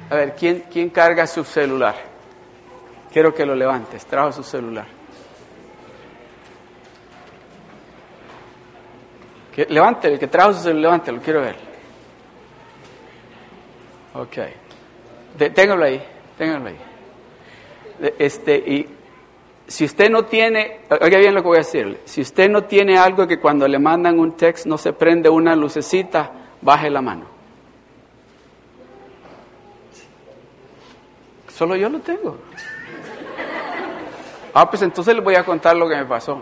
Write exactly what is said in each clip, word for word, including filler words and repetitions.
A ver, ¿quién, quién carga su celular? Quiero que lo levantes. Trajo su celular. Que, levántelo, el que trajo su celular, levántelo, quiero ver. Ok. De, téngalo ahí, téngalo ahí. De, este, y si usted no tiene, oiga bien lo que voy a decirle, si usted no tiene algo que cuando le mandan un text no se prende una lucecita, baje la mano. Solo yo lo tengo. Ah, pues entonces les voy a contar lo que me pasó.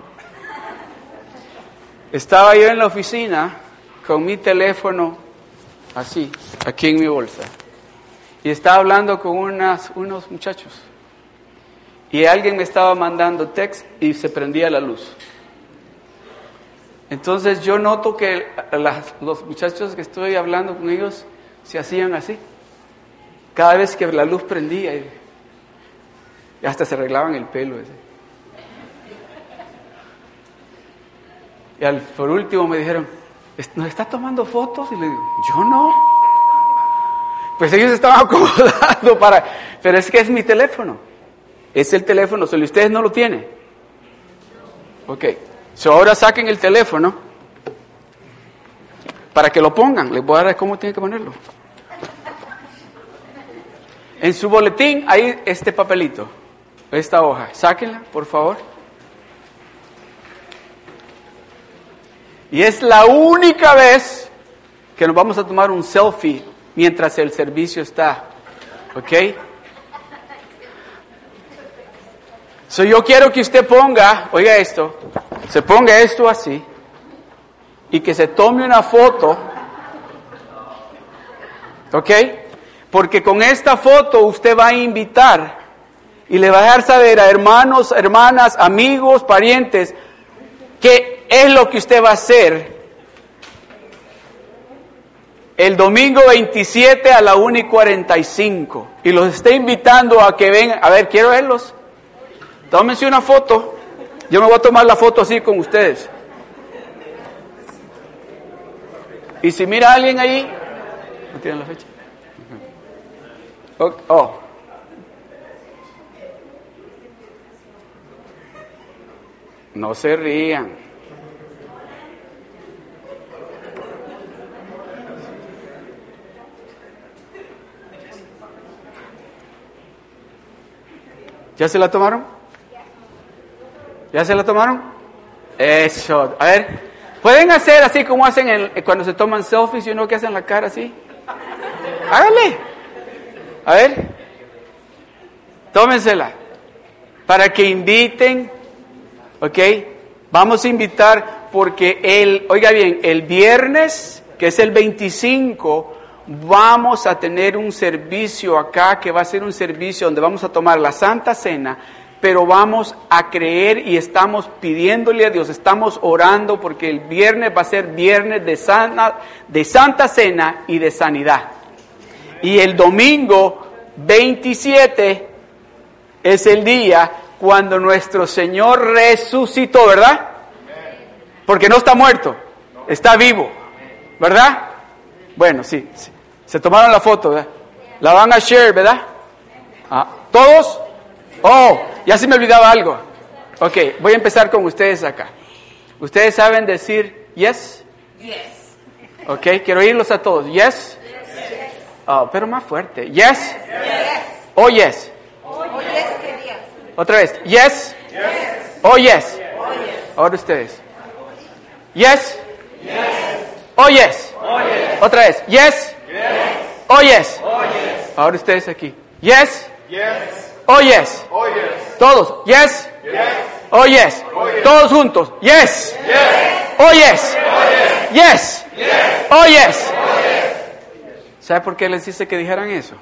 Estaba yo en la oficina con mi teléfono así, aquí en mi bolsa. Y estaba hablando con unas, unos muchachos. Y alguien me estaba mandando text y se prendía la luz. Entonces yo noto que las, los muchachos que estoy hablando con ellos se hacían así. Cada vez que la luz prendía, y, y hasta se arreglaban el pelo. Ese. Y al, por último me dijeron, ¿nos está tomando fotos? Y le digo, yo no. Pues ellos estaban acomodando para... Pero es que es mi teléfono. Es el teléfono, solo ustedes no lo tienen. Ok. So ahora saquen el teléfono para que lo pongan. Les voy a dar cómo tienen que ponerlo. En su boletín hay este papelito, esta hoja. Sáquenla, por favor. Y es la única vez que nos vamos a tomar un selfie mientras el servicio está. ¿Ok? So yo quiero que usted ponga, oiga esto, se ponga esto así y que se tome una foto. ¿Ok? Porque con esta foto usted va a invitar y le va a dejar saber a hermanos, hermanas, amigos, parientes, qué es lo que usted va a hacer el domingo veintisiete a la una y cuarenta y cinco. Y los está invitando a que vengan. A ver, quiero verlos. Tómense una foto. Yo me voy a tomar la foto así con ustedes. Y si mira a alguien ahí, ¿no tienen la fecha? Oh, oh. No se rían. ¿Ya se la tomaron? ¿Ya se la tomaron? Eso. A ver, ¿pueden hacer así como hacen en, cuando se toman selfies y uno que hacen la cara así? Háganle. A ver, tómensela, para que inviten, ¿ok? Vamos a invitar porque el, oiga bien, el viernes, que es el veinticinco, vamos a tener un servicio acá, que va a ser un servicio donde vamos a tomar la Santa Cena, pero vamos a creer y estamos pidiéndole a Dios, estamos orando porque el viernes va a ser viernes de, sana, de Santa Cena y de sanidad. Y el domingo veintisiete es el día cuando nuestro Señor resucitó, ¿verdad? Porque no está muerto, está vivo, ¿verdad? Bueno, sí, sí. Se tomaron la foto, ¿verdad? La van a share, ¿verdad? Ah, ¿todos? Oh, ya se me olvidaba algo. Ok, voy a empezar con ustedes acá. ¿Ustedes saben decir yes? Yes. Ok, quiero oírlos a todos. Yes? Oh, pero más fuerte. Yes? Yes. Oh, yes. Oh, yes, quería. Otra vez. Yes? Yes. Oh, yes. Oh, yes. Ahora ustedes. Yes? Yes. Oh, yes. Oh, yes. Otra vez. Yes? Yes. Oh, yes. Oh, yes. Ahora ustedes aquí. Yes? Yes. Oh, yes. Oh, yes. Todos. Yes? Yes. Oh, yes. Oh, yes. Todos juntos. Yes. Yes. Oh, yes. Oh, yes. Yes. Yes. Oh, yes. Oh, yes. ¿Sabe por qué les dice que dijeran eso?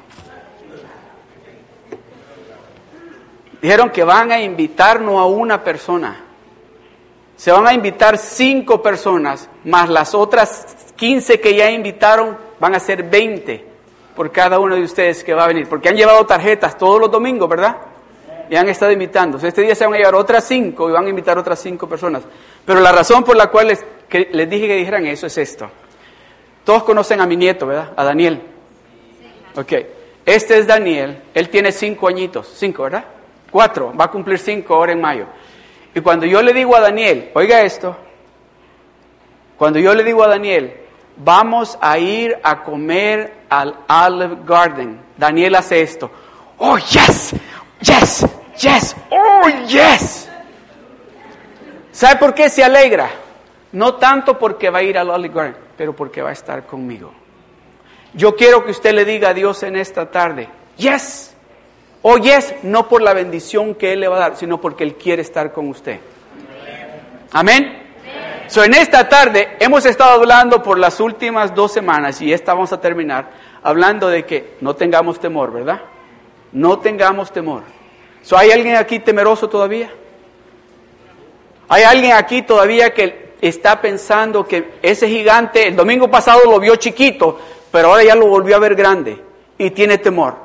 Dijeron que van a invitar no a una persona. Se van a invitar cinco personas, más las otras quince que ya invitaron, van a ser veinte por cada uno de ustedes que va a venir. Porque han llevado tarjetas todos los domingos, ¿verdad? Y han estado invitando. Este día se van a llevar otras cinco y van a invitar otras cinco personas. Pero la razón por la cual les, que les dije que dijeran eso es esto. Todos conocen a mi nieto, ¿verdad? A Daniel. Ok. Este es Daniel, él tiene cinco añitos, cinco, ¿verdad? Cuatro, va a cumplir cinco ahora en mayo. Y cuando yo le digo a Daniel, oiga esto, cuando yo le digo a Daniel, vamos a ir a comer al Olive Garden, Daniel hace esto, oh yes, yes, yes, oh yes. ¿Sabe por qué se alegra? No tanto porque va a ir al Olive Garden, pero porque va a estar conmigo. Yo quiero que usted le diga a Dios en esta tarde, yes, oh yes, no por la bendición que Él le va a dar, sino porque Él quiere estar con usted. Amén. So, en esta tarde hemos estado hablando por las últimas dos semanas, y esta vamos a terminar, hablando de que no tengamos temor, ¿verdad? No tengamos temor. So, ¿hay alguien aquí temeroso todavía? ¿Hay alguien aquí todavía que está pensando que ese gigante, el domingo pasado lo vio chiquito, pero ahora ya lo volvió a ver grande y tiene temor?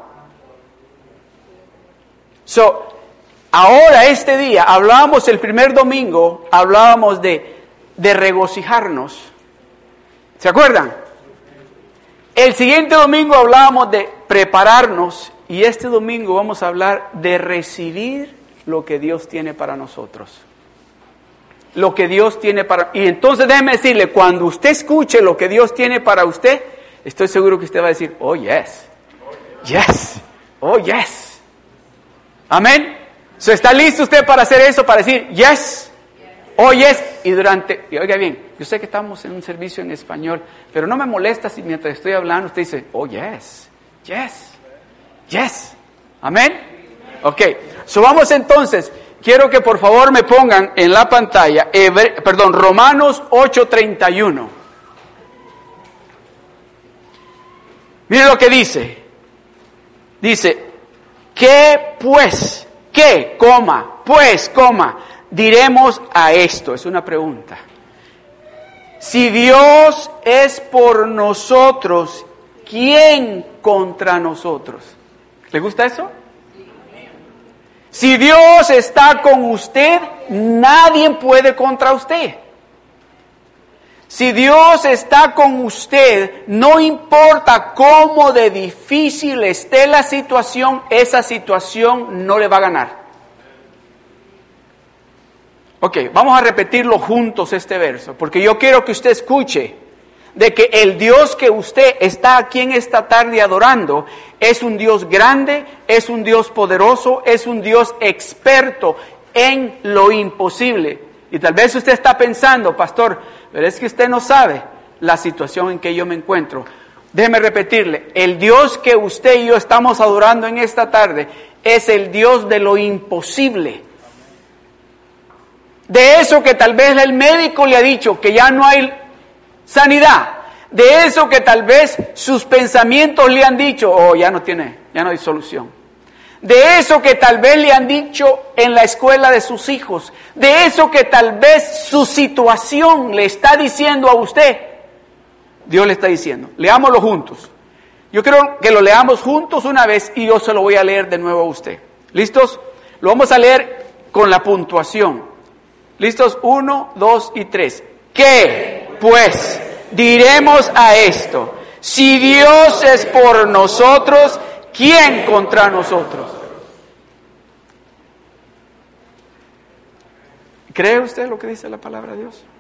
So, ahora este día, hablábamos el primer domingo, hablábamos de, de regocijarnos. ¿Se acuerdan? El siguiente domingo hablábamos de prepararnos, y este domingo vamos a hablar de recibir lo que Dios tiene para nosotros. Lo que Dios tiene para... Y entonces déjeme decirle, cuando usted escuche lo que Dios tiene para usted, estoy seguro que usted va a decir, oh yes, yes, oh yes. Amén. So, ¿está listo usted para hacer eso? Para decir, yes, oh yes. Y durante, y oiga bien, yo sé que estamos en un servicio en español, pero no me molesta si mientras estoy hablando usted dice, oh yes, yes, yes. Amén. Ok, so vamos entonces. Quiero que por favor me pongan en la pantalla, Hebre, perdón, Romanos ocho treinta y uno. Miren lo que dice. Dice, ¿qué pues? ¿Qué? Coma, pues, coma, diremos a esto. Es una pregunta. Si Dios es por nosotros, ¿quién contra nosotros? ¿Le gusta eso? Si Dios está con usted, nadie puede contra usted. Si Dios está con usted, no importa cómo de difícil esté la situación, esa situación no le va a ganar. Ok, vamos a repetirlo juntos este verso, porque yo quiero que usted escuche de que el Dios que usted está aquí en esta tarde adorando es un Dios grande, es un Dios poderoso, es un Dios experto en lo imposible. Y tal vez usted está pensando, pastor, pero es que usted no sabe la situación en que yo me encuentro. Déjeme repetirle, el Dios que usted y yo estamos adorando en esta tarde es el Dios de lo imposible. De eso que tal vez el médico le ha dicho que ya no hay sanidad, de eso que tal vez sus pensamientos le han dicho, oh, ya no tiene, ya no hay solución. De eso que tal vez le han dicho en la escuela de sus hijos, de eso que tal vez su situación le está diciendo a usted, Dios le está diciendo, leámoslo juntos. Yo quiero que lo leamos juntos una vez y yo se lo voy a leer de nuevo a usted. ¿Listos? Lo vamos a leer con la puntuación. ¿Listos? Uno, dos y tres. ¿Qué? Pues diremos a esto, si Dios es por nosotros, ¿quién contra nosotros? ¿Cree usted lo que dice la palabra de Dios?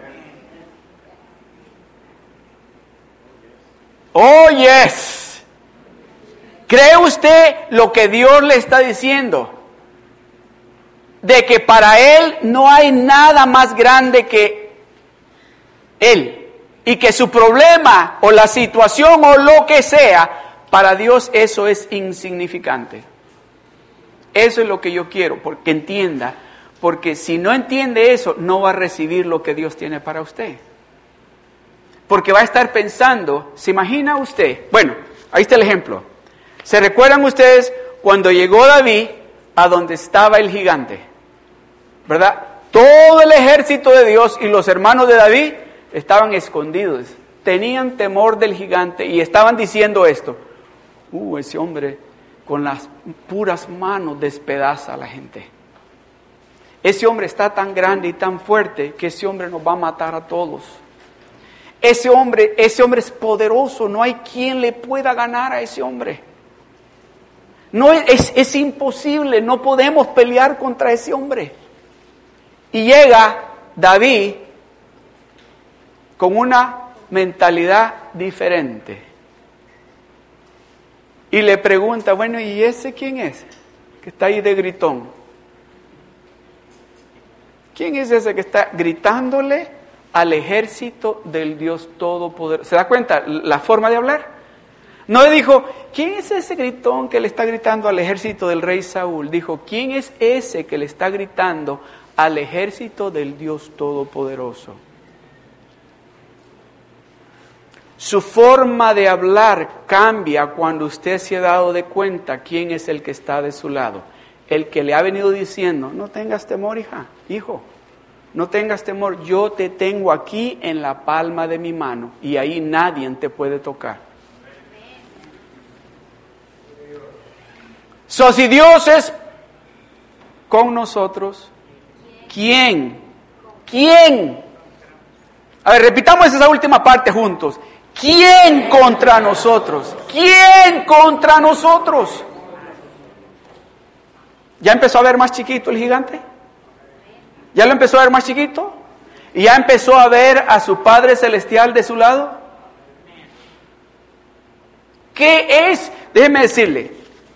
Oh, yes. ¿Cree usted lo que Dios le está diciendo? De que para Él no hay nada más grande que Él, y que su problema o la situación o lo que sea, para Dios eso es insignificante. Eso es lo que yo quiero, porque entienda, porque si no entiende eso, no va a recibir lo que Dios tiene para usted. Porque va a estar pensando, ¿se imagina usted? Bueno, ahí está el ejemplo. ¿Se recuerdan ustedes cuando llegó David a donde estaba el gigante? ¿Verdad? Todo el ejército de Dios y los hermanos de David estaban escondidos, tenían temor del gigante y estaban diciendo esto, uh, ese hombre con las puras manos despedaza a la gente. Ese hombre está tan grande y tan fuerte que ese hombre nos va a matar a todos. Ese hombre, ese hombre es poderoso, no hay quien le pueda ganar a ese hombre. No es, es imposible, no podemos pelear contra ese hombre. Y llega David con una mentalidad diferente. Y le pregunta, bueno, ¿y ese quién es? Que está ahí de gritón. ¿Quién es ese que está gritándole al ejército del Dios Todopoderoso? ¿Se da cuenta la forma de hablar? No le dijo, ¿quién es ese gritón que le está gritando al ejército del rey Saúl? Dijo, ¿quién es ese que le está gritando al ejército del Dios Todopoderoso? Su forma de hablar cambia cuando usted se ha dado de cuenta quién es el que está de su lado. El que le ha venido diciendo, no tengas temor, hija, hijo, no tengas temor, yo te tengo aquí en la palma de mi mano y ahí nadie te puede tocar. So, si Dios es con nosotros, ¿quién? ¿Quién? A ver, repitamos esa última parte juntos. ¿Quién contra nosotros? ¿Quién contra nosotros? ¿Ya empezó a ver más chiquito el gigante? ¿Ya lo empezó a ver más chiquito? ¿Y ya empezó a ver a su Padre Celestial de su lado? ¿Qué es? Déjeme decirle.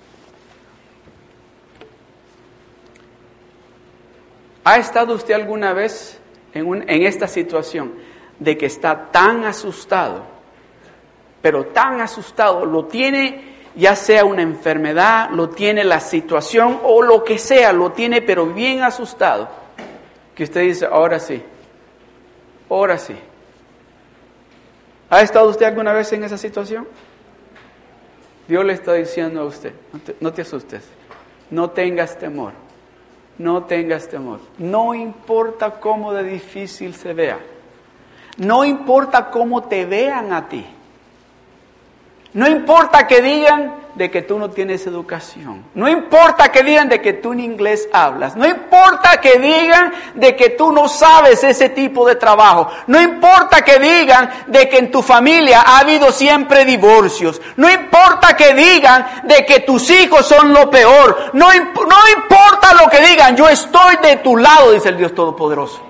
¿Ha estado usted alguna vez en, un, en esta situación de que está tan asustado, pero tan asustado, lo tiene ya sea una enfermedad, lo tiene la situación o lo que sea, lo tiene pero bien asustado, que usted dice, ahora sí, ahora sí? ¿Ha estado usted alguna vez en esa situación? Dios le está diciendo a usted, no te, no te asustes, no tengas temor. No tengas temor. No importa cómo de difícil se vea. No importa cómo te vean a ti. No importa que digan de que tú no tienes educación. No importa que digan de que tú en inglés hablas. No importa que digan de que tú no sabes ese tipo de trabajo. No importa que digan de que en tu familia ha habido siempre divorcios. No importa que digan de que tus hijos son lo peor. No, imp- no importa lo que digan. Yo estoy de tu lado, dice el Dios Todopoderoso.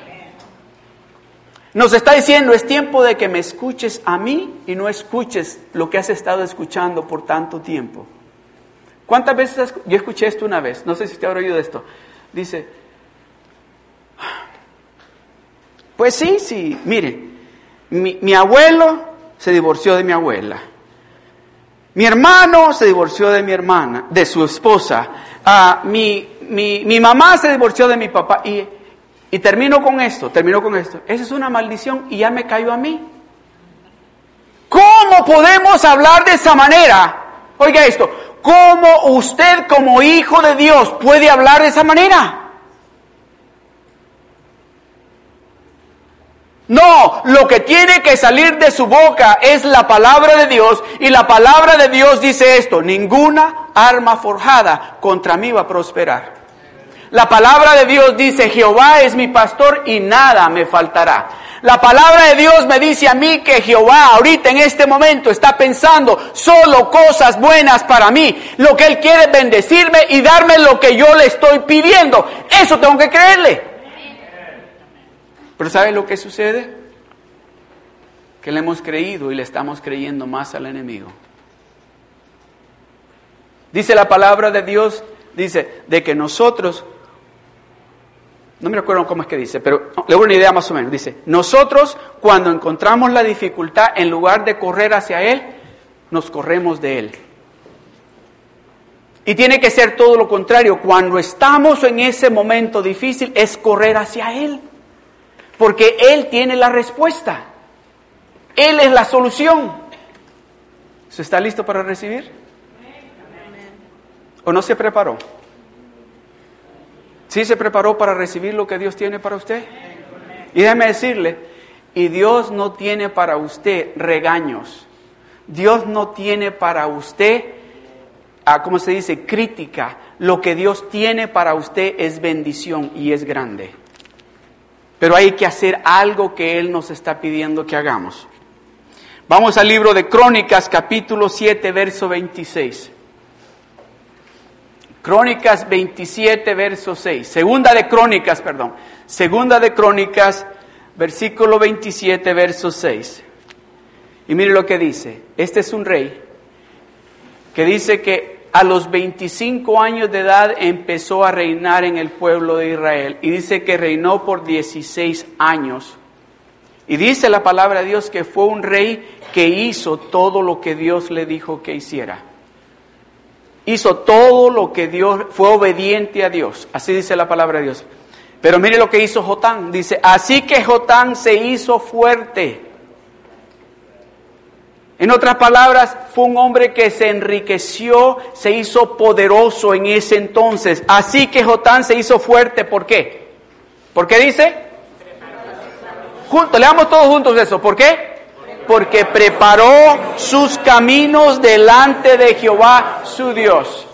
Nos está diciendo, es tiempo de que me escuches a mí y no escuches lo que has estado escuchando por tanto tiempo. ¿Cuántas veces has, yo escuché esto una vez? No sé si usted habrá oído esto. Dice, pues sí, sí, mire, mi, mi abuelo se divorció de mi abuela. Mi hermano se divorció de mi hermana, de su esposa. Uh, mi, mi, mi mamá se divorció de mi papá. Y... Y termino con esto, termino con esto. Esa es una maldición y ya me cayó a mí. ¿Cómo podemos hablar de esa manera? Oiga esto, ¿cómo usted como hijo de Dios puede hablar de esa manera? No, lo que tiene que salir de su boca es la palabra de Dios. Y la palabra de Dios dice esto, ninguna arma forjada contra mí va a prosperar. La palabra de Dios dice, Jehová es mi pastor y nada me faltará. La palabra de Dios me dice a mí que Jehová ahorita en este momento está pensando solo cosas buenas para mí. Lo que Él quiere es bendecirme y darme lo que yo le estoy pidiendo. Eso tengo que creerle. Pero ¿sabe lo que sucede? Que le hemos creído y le estamos creyendo más al enemigo. Dice la palabra de Dios, dice, de que nosotros... No me recuerdo cómo es que dice, pero le doy una idea más o menos. Dice, nosotros cuando encontramos la dificultad, en lugar de correr hacia Él, nos corremos de Él. Y tiene que ser todo lo contrario. Cuando estamos en ese momento difícil, es correr hacia Él. Porque Él tiene la respuesta. Él es la solución. ¿Se está listo para recibir? ¿O no se preparó? ¿Sí se preparó para recibir lo que Dios tiene para usted? Y déjeme decirle, y Dios no tiene para usted regaños. Dios no tiene para usted, ah, ¿cómo se dice? Crítica. Lo que Dios tiene para usted es bendición y es grande. Pero hay que hacer algo que Él nos está pidiendo que hagamos. Vamos al libro de Crónicas, capítulo siete, verso veintiséis. Crónicas veintisiete, verso seis. Segunda de Crónicas, perdón. Segunda de Crónicas, versículo veintisiete, verso seis. Y mire lo que dice. Este es un rey que dice que a los veinticinco años de edad empezó a reinar en el pueblo de Israel. Y dice que reinó por dieciséis años. Y dice la palabra de Dios que fue un rey que hizo todo lo que Dios le dijo que hiciera. Hizo todo lo que Dios, fue obediente a Dios. Así dice la palabra de Dios. Pero mire lo que hizo Jotán. Dice, así que Jotán se hizo fuerte. En otras palabras, fue un hombre que se enriqueció, se hizo poderoso en ese entonces. Así que Jotán se hizo fuerte. ¿Por qué? ¿Por qué dice? Juntos, leamos todos juntos eso. ¿Por qué? Porque preparó sus caminos delante de Jehová su Dios.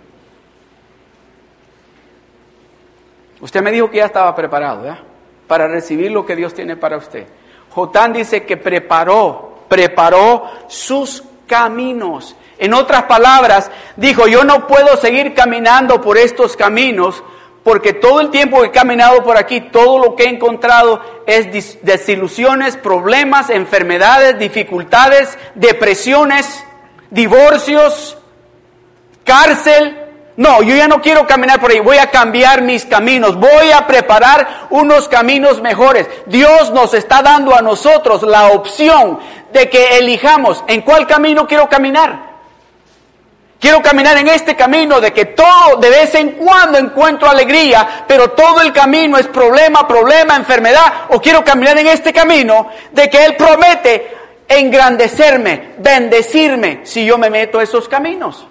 Usted me dijo que ya estaba preparado, ¿verdad? Para recibir lo que Dios tiene para usted. Jotán dice que preparó, preparó sus caminos. En otras palabras, dijo, yo no puedo seguir caminando por estos caminos, porque todo el tiempo que he caminado por aquí, todo lo que he encontrado es desilusiones, problemas, enfermedades, dificultades, depresiones, divorcios, cárcel. No, yo ya no quiero caminar por ahí, voy a cambiar mis caminos, voy a preparar unos caminos mejores. Dios nos está dando a nosotros la opción de que elijamos en cuál camino quiero caminar. Quiero caminar en este camino de que todo, de vez en cuando encuentro alegría, pero todo el camino es problema, problema, enfermedad. O quiero caminar en este camino de que Él promete engrandecerme, bendecirme, si yo me meto a esos caminos.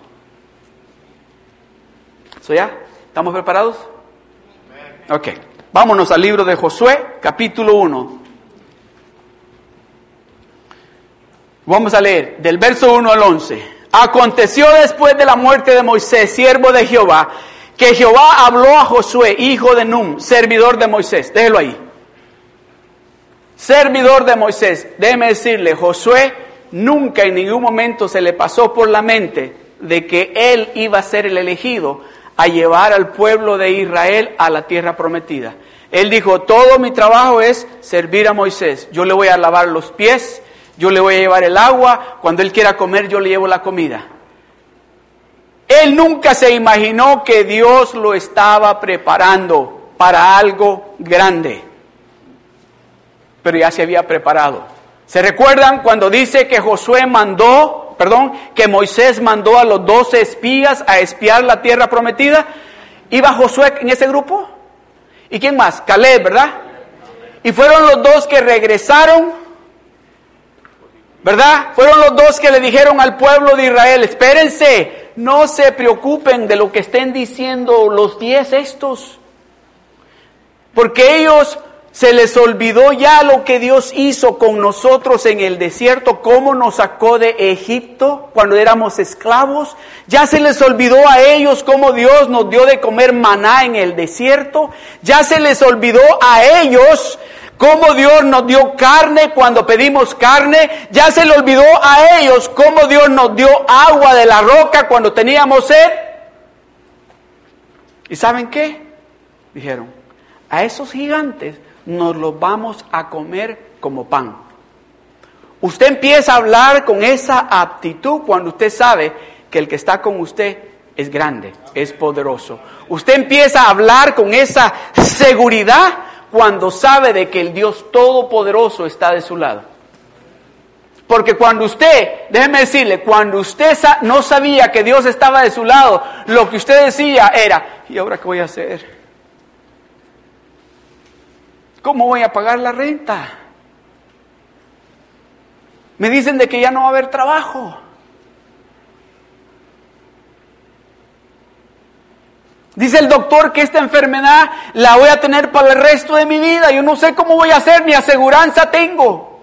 ¿So ya? ¿Estamos preparados? Ok. Vámonos al libro de Josué, capítulo uno. Vamos a leer del verso uno al once. Aconteció después de la muerte de Moisés, siervo de Jehová, que Jehová habló a Josué, hijo de Nun, servidor de Moisés. Déjelo ahí. Servidor de Moisés. Déjeme decirle, Josué nunca en ningún momento se le pasó por la mente de que él iba a ser el elegido a llevar al pueblo de Israel a la tierra prometida. Él dijo, todo mi trabajo es servir a Moisés. Yo le voy a lavar los pies, yo le voy a llevar el agua, cuando él quiera comer yo le llevo la comida. Él nunca se imaginó que Dios lo estaba preparando para algo grande. Pero ya se había preparado. ¿Se recuerdan cuando dice que Josué mandó, perdón, que Moisés mandó a los doce espías a espiar la tierra prometida? ¿Iba Josué en ese grupo? ¿Y quién más? Caleb, ¿verdad? Y fueron los dos que regresaron, ¿verdad? Fueron los dos que le dijeron al pueblo de Israel, espérense, no se preocupen de lo que estén diciendo los diez estos. Porque ellos se les olvidó ya lo que Dios hizo con nosotros en el desierto, cómo nos sacó de Egipto cuando éramos esclavos. Ya se les olvidó a ellos cómo Dios nos dio de comer maná en el desierto. Ya se les olvidó a ellos cómo Dios nos dio carne cuando pedimos carne. Ya se le olvidó a ellos cómo Dios nos dio agua de la roca cuando teníamos sed. ¿Y saben qué? Dijeron, a esos gigantes nos los vamos a comer como pan. Usted empieza a hablar con esa aptitud cuando usted sabe que el que está con usted es grande, es poderoso. Usted empieza a hablar con esa seguridad cuando sabe de que el Dios Todopoderoso está de su lado. Porque cuando usted, déjeme decirle, cuando usted no sabía que Dios estaba de su lado, lo que usted decía era, ¿y ahora qué voy a hacer? ¿Cómo voy a pagar la renta? Me dicen de que ya no va a haber trabajo. Dice el doctor que esta enfermedad la voy a tener para el resto de mi vida. Yo no sé cómo voy a hacer, ni aseguranza tengo.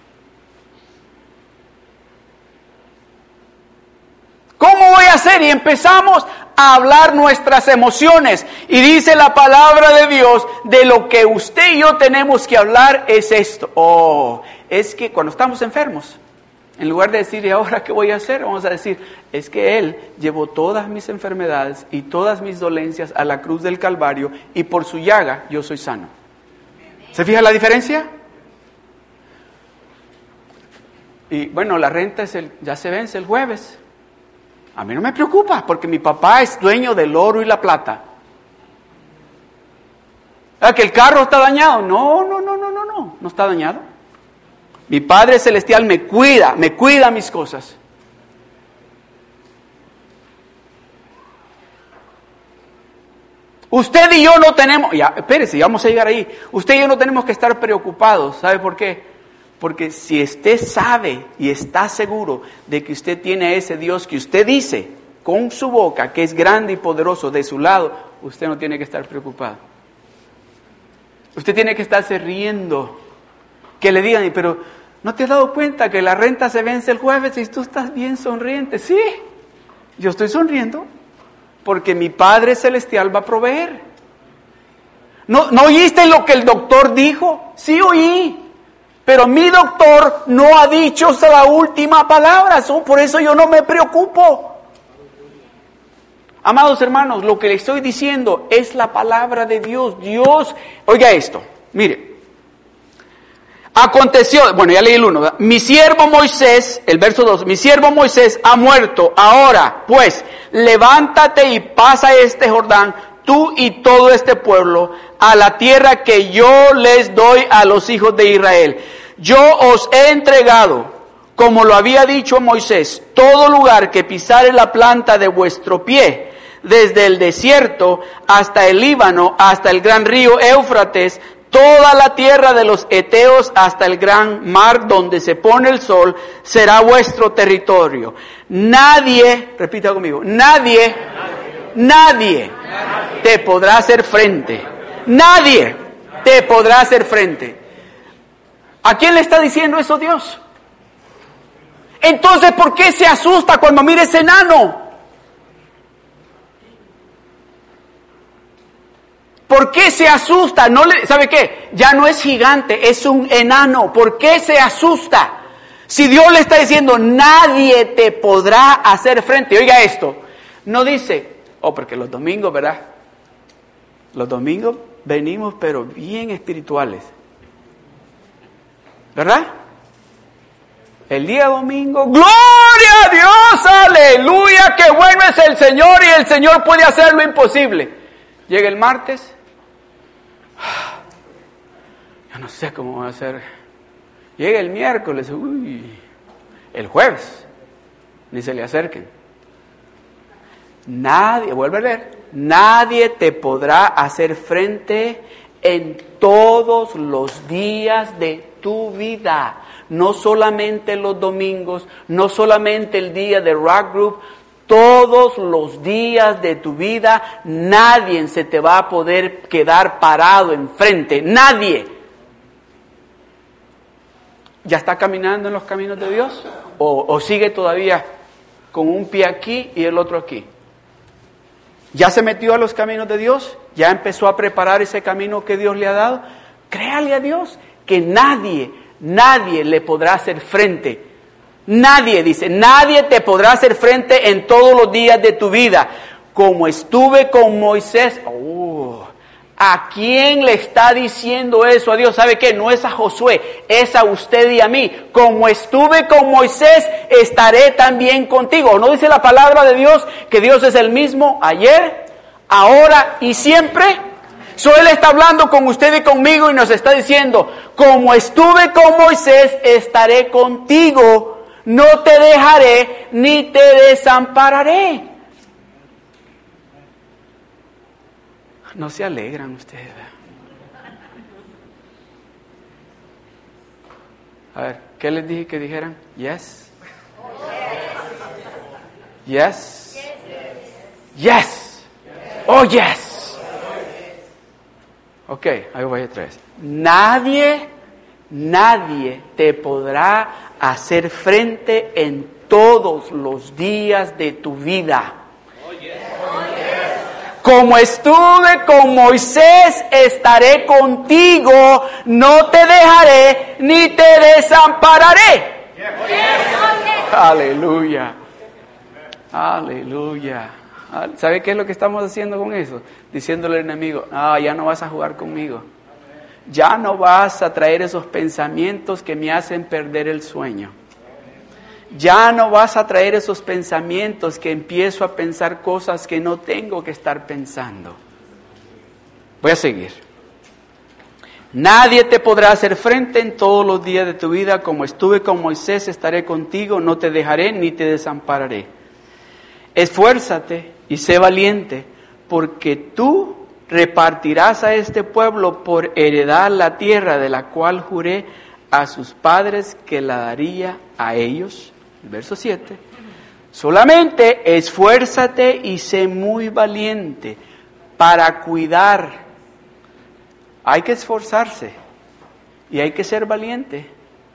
¿Cómo voy a hacer? Y empezamos a hablar nuestras emociones. Y dice la palabra de Dios, de lo que usted y yo tenemos que hablar es esto. Oh, es que cuando estamos enfermos, En lugar de decir, ¿y ahora qué voy a hacer? Vamos a decir, es que Él llevó todas mis enfermedades y todas mis dolencias a la cruz del Calvario y por su llaga yo soy sano. ¿Se fija la diferencia? Y bueno, la renta es el, ya se vence el jueves. A mí no me preocupa porque mi papá es dueño del oro y la plata. ¿Ah, que el carro está dañado? No, no, no, no, no, no, no está dañado. Mi Padre Celestial me cuida, me cuida mis cosas. Usted y yo no tenemos, ya, espérese, ya vamos a llegar ahí. Usted y yo no tenemos que estar preocupados. ¿Sabe por qué? Porque si usted sabe y está seguro de que usted tiene a ese Dios que usted dice con su boca que es grande y poderoso de su lado, usted no tiene que estar preocupado. Usted tiene que estarse riendo. Que le digan, pero ¿no te has dado cuenta que la renta se vence el jueves y tú estás bien sonriente? Sí, yo estoy sonriendo porque mi Padre Celestial va a proveer. ¿No, ¿no oíste lo que el doctor dijo? Sí oí, pero mi doctor no ha dicho la última palabra, por eso yo no me preocupo. Amados hermanos, lo que le estoy diciendo es la palabra de Dios. Dios, oiga esto, mire. Aconteció, bueno ya leí el uno, ¿verdad? Mi siervo Moisés, el verso dos, mi siervo Moisés ha muerto, ahora pues levántate y pasa este Jordán, tú y todo este pueblo, a la tierra que yo les doy a los hijos de Israel. Yo os he entregado, como lo había dicho Moisés, todo lugar que pisare la planta de vuestro pie, desde el desierto hasta el Líbano, hasta el gran río Éufrates, toda la tierra de los heteos hasta el gran mar donde se pone el sol, será vuestro territorio. Nadie, repita conmigo, nadie, nadie, nadie, nadie te podrá hacer frente. Nadie te podrá hacer frente. ¿A quién le está diciendo eso Dios? Entonces, ¿por qué se asusta cuando mira ese enano? ¿Por qué se asusta? No le, ¿sabe qué? Ya no es gigante, es un enano. ¿Por qué se asusta? Si Dios le está diciendo, nadie te podrá hacer frente. Oiga esto, no dice, oh, porque los domingos, ¿verdad? Los domingos venimos, pero bien espirituales. ¿Verdad? El día domingo, ¡gloria a Dios! ¡Aleluya! ¡Qué bueno es el Señor! Y el Señor puede hacer lo imposible. Llega el martes, yo no sé cómo va a ser. Llega el miércoles, uy, el jueves, ni se le acerquen. Nadie, vuelve a leer, nadie te podrá hacer frente en todos los días de tu vida. No solamente los domingos, no solamente el día de Rock Group, todos los días de tu vida, nadie se te va a poder quedar parado enfrente, nadie. ¿Ya está caminando en los caminos de Dios? ¿O, o sigue todavía con un pie aquí y el otro aquí? ¿Ya se metió a los caminos de Dios? ¿Ya empezó a preparar ese camino que Dios le ha dado? Créale a Dios que nadie, nadie le podrá hacer frente. Nadie, dice, nadie te podrá hacer frente en todos los días de tu vida. Como estuve con Moisés. Oh, ¿a quién le está diciendo eso a Dios? ¿Sabe qué? No es a Josué, es a usted y a mí. Como estuve con Moisés, estaré también contigo. ¿No dice la palabra de Dios que Dios es el mismo ayer, ahora y siempre? So, Él está hablando con usted y conmigo y nos está diciendo, como estuve con Moisés, estaré contigo. No te dejaré ni te desampararé. No se alegran ustedes. A ver, ¿qué les dije que dijeran? Yes. Yes. Yes. Oh, yes. Ok, ahí voy otra vez. Nadie, nadie te podrá hacer frente en todos los días de tu vida. Como estuve con Moisés, estaré contigo, no te dejaré ni te desampararé. Aleluya. Aleluya. ¿Sabe qué es lo que estamos haciendo con eso? Diciéndole al enemigo, ah, ya no vas a jugar conmigo. Ya no vas a traer esos pensamientos que me hacen perder el sueño. Ya no vas a traer esos pensamientos que empiezo a pensar cosas que no tengo que estar pensando. Voy a seguir. Nadie te podrá hacer frente en todos los días de tu vida. Como estuve con Moisés, estaré contigo, no te dejaré ni te desampararé. Esfuérzate y sé valiente, porque tú repartirás a este pueblo por heredad la tierra de la cual juré a sus padres que la daría a ellos. Verso siete. Solamente esfuérzate y sé muy valiente para cuidar. Hay que esforzarse y hay que ser valiente.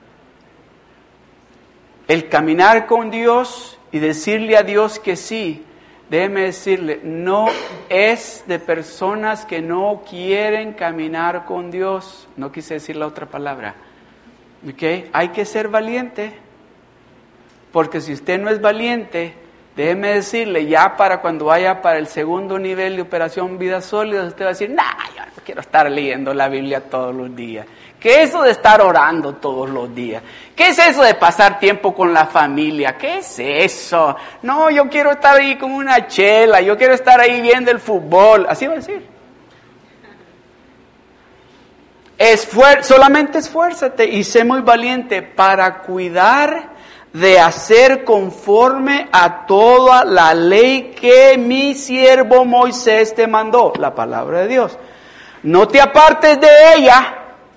El caminar con Dios y decirle a Dios que sí, déjeme decirle, no es de personas que no quieren caminar con Dios. No quise decir la otra palabra. ¿Okay? Hay que ser valiente. Porque si usted no es valiente, déjeme decirle, ya para cuando vaya para el segundo nivel de Operación Vida Sólida, usted va a decir, nah, yo no quiero estar leyendo la Biblia todos los días. ¿Qué es eso de estar orando todos los días? ¿Qué es eso de pasar tiempo con la familia? ¿Qué es eso? No, yo quiero estar ahí con una chela, yo quiero estar ahí viendo el fútbol. Así va a decir. Esfuer- solamente esfuérzate y sé muy valiente para cuidar de hacer conforme a toda la ley que mi siervo Moisés te mandó. La palabra de Dios. No te apartes de ella.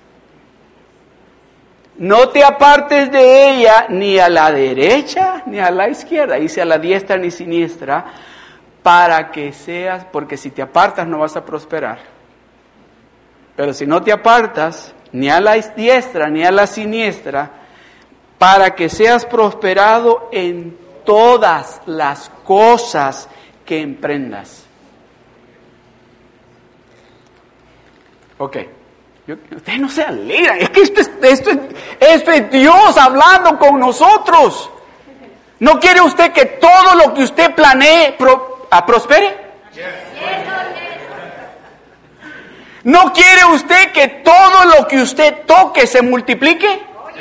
No te apartes de ella ni a la derecha ni a la izquierda, dice a la diestra ni siniestra, para que seas, porque si te apartas no vas a prosperar. Pero si no te apartas ni a la diestra ni a la siniestra, para que seas prosperado en todas las cosas que emprendas. Ok. Yo, ustedes no se alegran, es que esto es, esto, es, esto es Dios hablando con nosotros. ¿No quiere usted que todo lo que usted planee pro, a prospere? ¿No quiere usted que todo lo que usted toque se multiplique?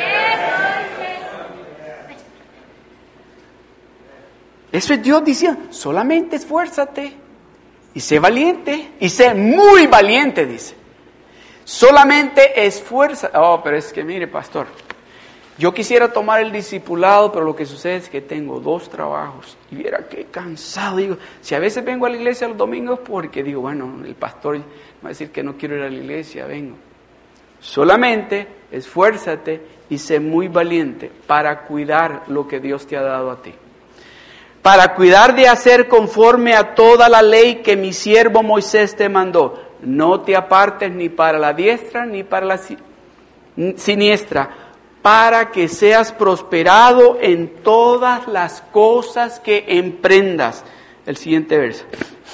Eso es Dios diciendo, solamente esfuérzate y sé valiente, y sé muy valiente, dice. Solamente esfuerza. Oh, pero es que mire, pastor, yo quisiera tomar el discipulado, pero lo que sucede es que tengo dos trabajos. Y viera qué cansado. Digo, si a veces vengo a la iglesia los domingos porque digo, bueno, el pastor va a decir que no quiero ir a la iglesia, vengo. Solamente esfuérzate y sé muy valiente para cuidar lo que Dios te ha dado a ti. Para cuidar de hacer conforme a toda la ley que mi siervo Moisés te mandó. No te apartes ni para la diestra ni para la siniestra, para que seas prosperado en todas las cosas que emprendas. El siguiente verso.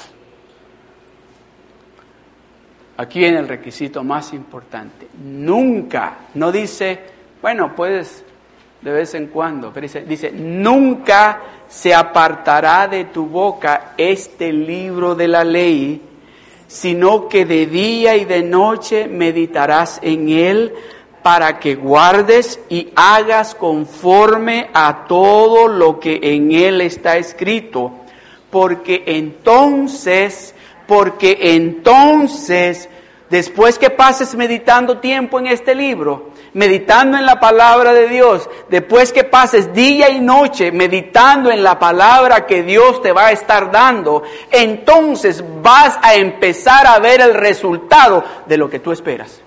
Aquí viene el requisito más importante. Nunca, no dice, bueno, puedes de vez en cuando, pero dice, dice, nunca se apartará de tu boca este libro de la ley, sino que de día y de noche meditarás en él, para que guardes y hagas conforme a todo lo que en él está escrito, porque entonces, porque entonces, después que pases meditando tiempo en este libro, meditando en la palabra de Dios, después que pases día y noche meditando en la palabra que Dios te va a estar dando, entonces vas a empezar a ver el resultado de lo que tú esperas.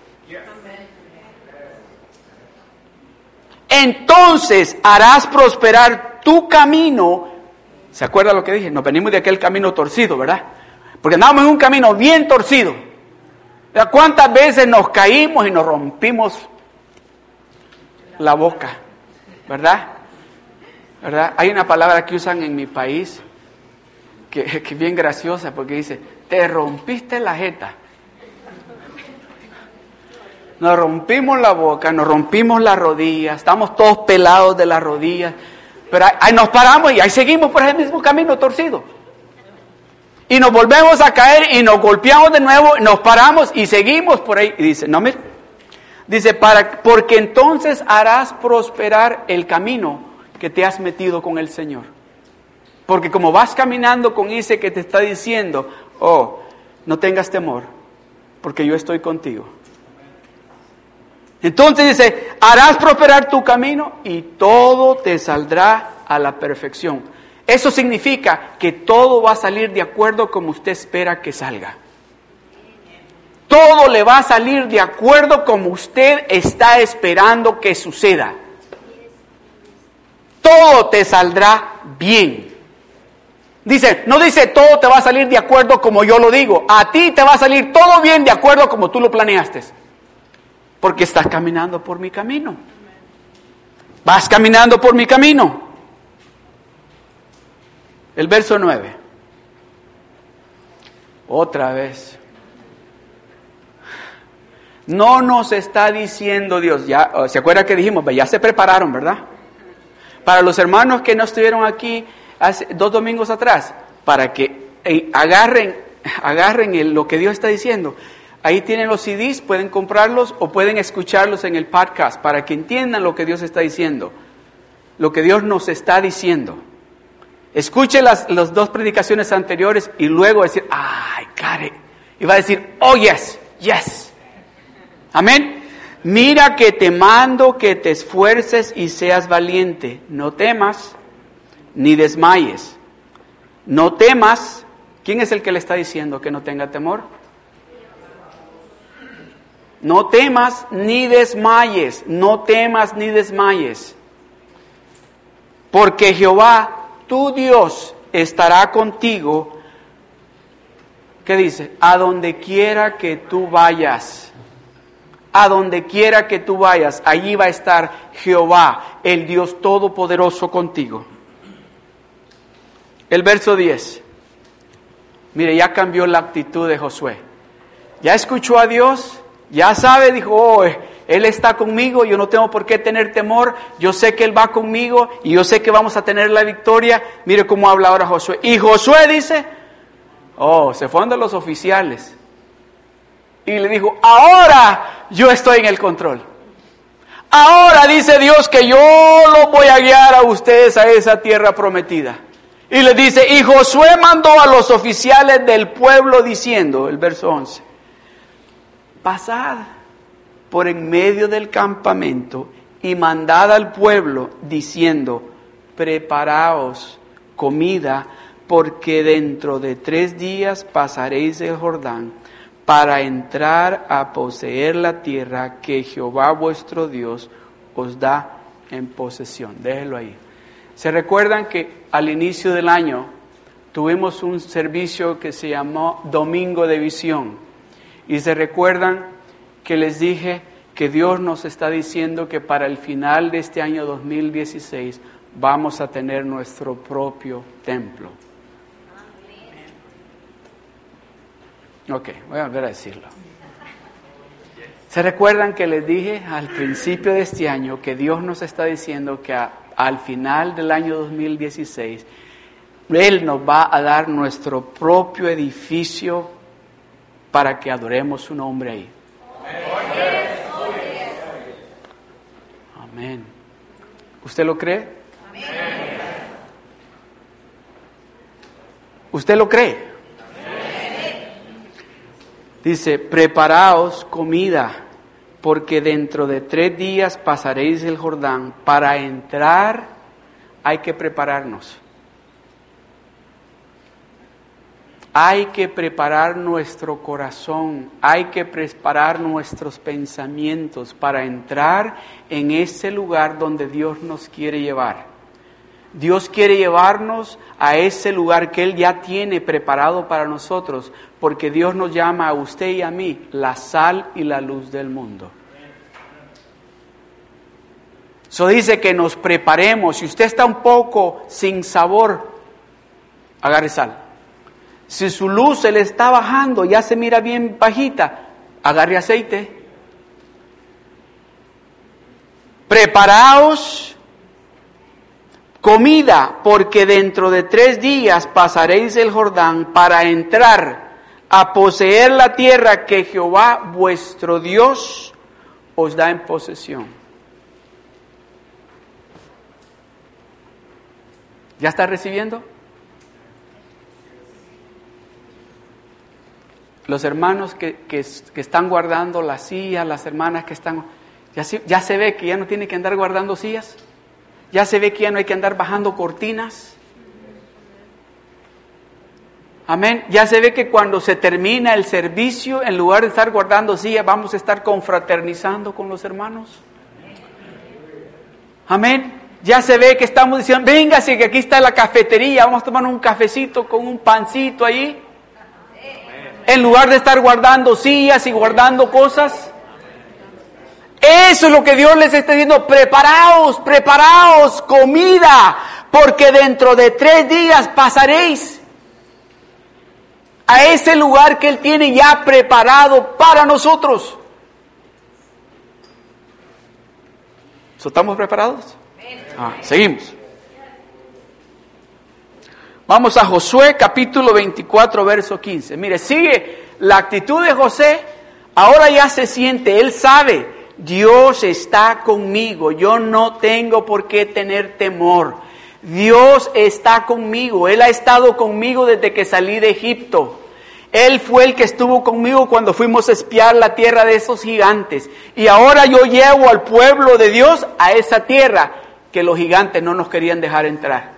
Entonces harás prosperar tu camino. ¿Se acuerda lo que dije? Nos venimos de aquel camino torcido, ¿verdad? Porque andábamos en un camino bien torcido. ¿Cuántas veces nos caímos y nos rompimos la boca? ¿Verdad? ¿Verdad? Hay una palabra que usan en mi país que, que es bien graciosa porque dice, te rompiste la jeta. nos rompimos la boca, nos rompimos las rodillas, estamos todos pelados de las rodillas, pero ahí, ahí nos paramos y ahí seguimos por ese mismo camino torcido. Y nos volvemos a caer y nos golpeamos de nuevo, nos paramos y seguimos por ahí. Y dice, no, mire, dice, para, porque entonces harás prosperar el camino que te has metido con el Señor. Porque como vas caminando con ese que te está diciendo, oh, no tengas temor, porque yo estoy contigo. Entonces dice, harás prosperar tu camino y todo te saldrá a la perfección. Eso significa que todo va a salir de acuerdo como usted espera que salga. Todo le va a salir de acuerdo como usted está esperando que suceda. Todo te saldrá bien. Dice, no dice todo te va a salir de acuerdo como yo lo digo. A ti te va a salir todo bien de acuerdo como tú lo planeaste. Porque estás caminando por mi camino. Vas caminando por mi camino. El verso nueve. Otra vez. No nos está diciendo Dios, ya, ¿se acuerda que dijimos? Ya se prepararon, ¿verdad? Para los hermanos que no estuvieron aquí hace dos domingos atrás, para que eh, agarren, agarren el, lo que Dios está diciendo. Ahí tienen los C Ds, pueden comprarlos o pueden escucharlos en el podcast para que entiendan lo que Dios está diciendo, lo que Dios nos está diciendo. Escuche las, las dos predicaciones anteriores y luego decir, ay, care, y va a decir, oh yes, yes. Amén. Mira que te mando que te esfuerces y seas valiente. No temas ni desmayes. No temas. ¿Quién es el que le está diciendo que no tenga temor? No temas ni desmayes. No temas ni desmayes. Porque Jehová, tu Dios, estará contigo. ¿Qué dice? A donde quiera que tú vayas. A donde quiera que tú vayas, allí va a estar Jehová, el Dios Todopoderoso contigo. El verso diez. Mire, ya cambió la actitud de Josué. Ya escuchó a Dios, ya sabe, dijo, oh, Él está conmigo, yo no tengo por qué tener temor, yo sé que Él va conmigo y yo sé que vamos a tener la victoria. Mire cómo habla ahora Josué. Y Josué dice, oh, se fueron de los oficiales. Y le dijo, ahora yo estoy en el control. Ahora dice Dios que yo los voy a guiar a ustedes a esa tierra prometida. Y le dice, y Josué mandó a los oficiales del pueblo diciendo, el verso once, pasad por en medio del campamento y mandad al pueblo diciendo, preparaos comida, porque dentro de tres días pasaréis el Jordán para entrar a poseer la tierra que Jehová vuestro Dios os da en posesión. Déjelo ahí. ¿Se recuerdan que al inicio del año tuvimos un servicio que se llamó Domingo de Visión? Y se recuerdan que les dije que Dios nos está diciendo que para el final de este año dos mil dieciséis vamos a tener nuestro propio templo. Ok, voy a volver a decirlo. ¿Se recuerdan que les dije al principio de este año que Dios nos está diciendo que a, al final del año dos mil dieciséis Él nos va a dar nuestro propio edificio para que adoremos su nombre ahí? Amén. ¿Usted lo cree? ¿Usted lo cree? Dice, preparaos comida, porque dentro de tres días pasaréis el Jordán. Para entrar hay que prepararnos. Hay que preparar nuestro corazón, hay que preparar nuestros pensamientos para entrar en ese lugar donde Dios nos quiere llevar. Dios quiere llevarnos a ese lugar que Él ya tiene preparado para nosotros, porque Dios nos llama a usted y a mí la sal y la luz del mundo. Eso dice que nos preparemos. Si usted está un poco sin sabor, agarre sal. Si su luz se le está bajando, ya se mira bien bajita, agarre aceite. preparaos comida, porque dentro de tres días pasaréis el Jordán para entrar a poseer la tierra que Jehová vuestro Dios os da en posesión. ¿Ya está recibiendo? Los hermanos que, que, que están guardando las sillas, las hermanas que están... Ya se, ya se ve que ya no tiene que andar guardando sillas. Ya se ve que ya no hay que andar bajando cortinas. Amén. Ya se ve que cuando se termina el servicio, en lugar de estar guardando sillas, vamos a estar confraternizando con los hermanos. Amén. Ya se ve que estamos diciendo, véngase que aquí está la cafetería, vamos a tomar un cafecito con un pancito ahí. En lugar de estar guardando sillas y guardando cosas. Eso es lo que Dios les está diciendo, preparaos, preparaos comida, porque dentro de tres días pasaréis a ese lugar que Él tiene ya preparado para nosotros. ¿Estamos preparados? Ah, seguimos. Vamos a Josué capítulo veinticuatro, verso quince. Mire, sigue la actitud de José, ahora ya se siente, él sabe. Dios está conmigo, yo no tengo por qué tener temor. Dios está conmigo, Él ha estado conmigo desde que salí de Egipto. Él fue el que estuvo conmigo cuando fuimos a espiar la tierra de esos gigantes. Y ahora yo llevo al pueblo de Dios a esa tierra que los gigantes no nos querían dejar entrar.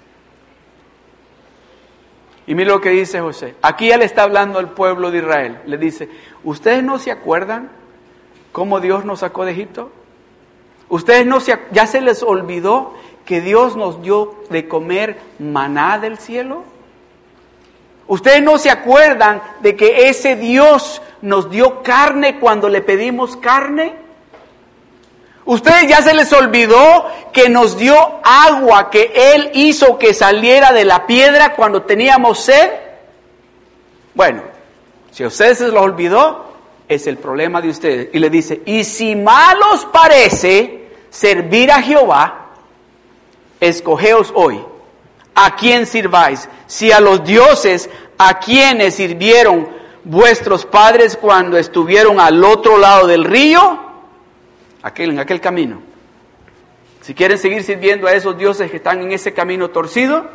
Y mire lo que dice José. Aquí ya le está hablando al pueblo de Israel. Le dice, ¿ustedes no se acuerdan cómo Dios nos sacó de Egipto? ¿Ustedes no se, ya se les olvidó que Dios nos dio de comer maná del cielo? ¿Ustedes no se acuerdan de que ese Dios nos dio carne cuando le pedimos carne? ¿Ustedes ya se les olvidó que nos dio agua que Él hizo que saliera de la piedra cuando teníamos sed? Bueno, si a ustedes se les olvidó, es el problema de ustedes. Y le dice, y si mal os parece servir a Jehová, escogeos hoy a quién sirváis, si a los dioses a quienes sirvieron vuestros padres cuando estuvieron al otro lado del río, aquel, en aquel camino. Si quieren seguir sirviendo a esos dioses que están en ese camino torcido,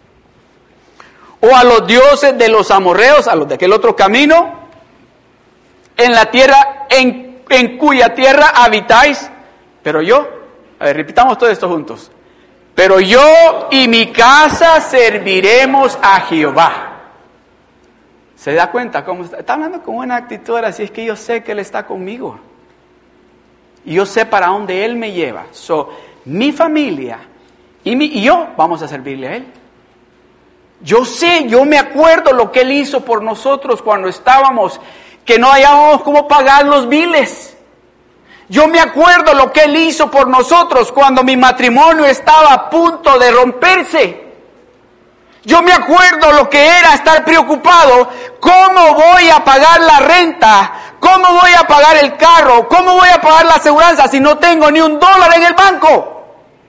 o a los dioses de los amorreos, a los de aquel otro camino, en la tierra en, en cuya tierra habitáis, pero yo, a ver, repitamos todo esto juntos, pero yo y mi casa serviremos a Jehová. ¿Se da cuenta cómo está? Está hablando con una actitud así, es que yo sé que Él está conmigo. Y yo sé para dónde Él me lleva. So, mi familia y, mi, y yo vamos a servirle a Él. Yo sé, yo me acuerdo lo que Él hizo por nosotros cuando estábamos, que no hallábamos cómo pagar los biles. Yo me acuerdo lo que Él hizo por nosotros cuando mi matrimonio estaba a punto de romperse. Yo me acuerdo lo que era estar preocupado, ¿cómo voy a pagar la renta? ¿Cómo voy a pagar el carro? ¿Cómo voy a pagar la aseguranza si no tengo ni un dólar en el banco?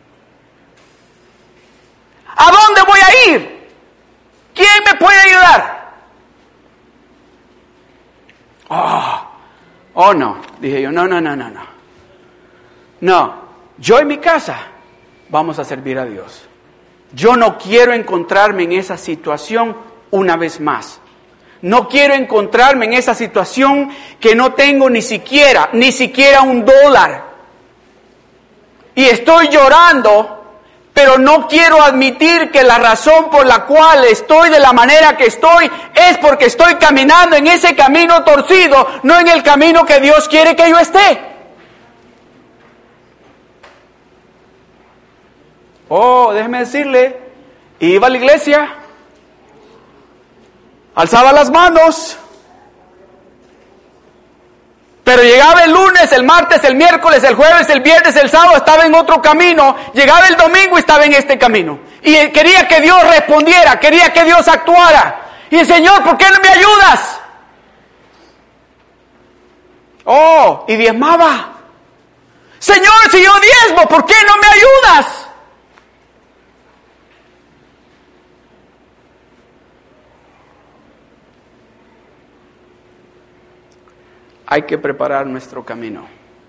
¿A dónde voy a ir? ¿Quién me puede ayudar? Oh, oh no, dije yo, no, no, no, no, no. No, yo en mi casa vamos a servir a Dios. Yo no quiero encontrarme en esa situación una vez más. No quiero encontrarme en esa situación que no tengo ni siquiera, ni siquiera un dólar. Y estoy llorando, pero no quiero admitir que la razón por la cual estoy de la manera que estoy es porque estoy caminando en ese camino torcido, no en el camino que Dios quiere que yo esté. Oh, déjeme decirle, iba a la iglesia, alzaba las manos, pero llegaba el lunes, el martes, el miércoles, el jueves, el viernes, el sábado, estaba en otro camino, llegaba el domingo y estaba en este camino. Y quería que Dios respondiera, quería que Dios actuara. Y el Señor, ¿por qué no me ayudas? Oh, y diezmaba. Señor, si yo diezmo, ¿por qué no me ayudas? Hay que preparar nuestro camino.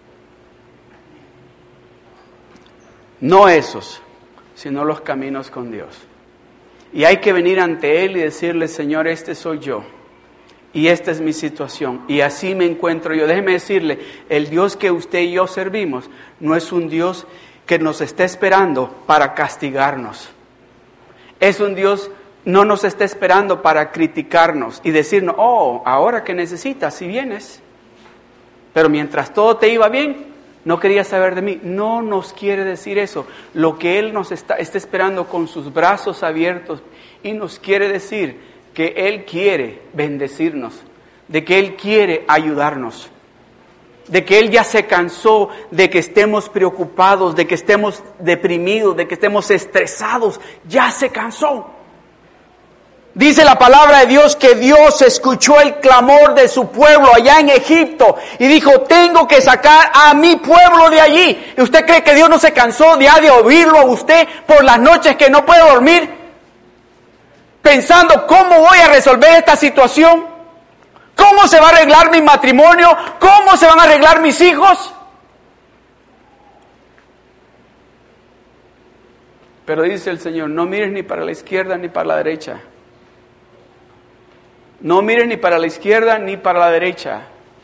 No esos, sino los caminos con Dios. Y hay que venir ante Él y decirle, Señor, este soy yo. Y esta es mi situación. Y así me encuentro yo. Déjeme decirle, el Dios que usted y yo servimos no es un Dios que nos está esperando para castigarnos. Es un Dios no nos está esperando para criticarnos y decirnos, oh, ahora que necesitas, si vienes. Pero mientras todo te iba bien, no querías saber de mí. No nos quiere decir eso. Lo que Él nos está, está esperando con sus brazos abiertos y nos quiere decir que Él quiere bendecirnos, de que Él quiere ayudarnos, de que Él ya se cansó de que estemos preocupados, de que estemos deprimidos, de que estemos estresados. Ya se cansó. Dice la palabra de Dios que Dios escuchó el clamor de su pueblo allá en Egipto y dijo, tengo que sacar a mi pueblo de allí. ¿Y usted cree que Dios no se cansó ya de oírlo a usted por las noches que no puede dormir? Pensando, ¿cómo voy a resolver esta situación? ¿Cómo se va a arreglar mi matrimonio? ¿Cómo se van a arreglar mis hijos? Pero dice el Señor, no mires ni para la izquierda ni para la derecha. No mires ni para la izquierda ni para la derecha.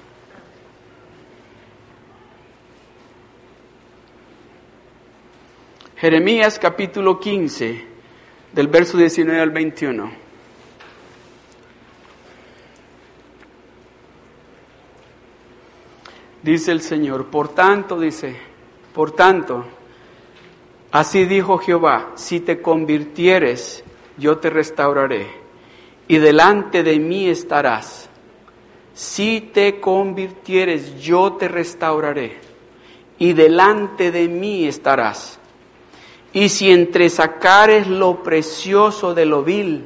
Jeremías capítulo quince, del verso diecinueve al veintiuno. Dice el Señor, por tanto, dice, por tanto, así dijo Jehová, si te convirtieres, yo te restauraré. Y delante de mí estarás. Si te convirtieres, yo te restauraré. Y delante de mí estarás. Y si entresacares lo precioso de lo vil,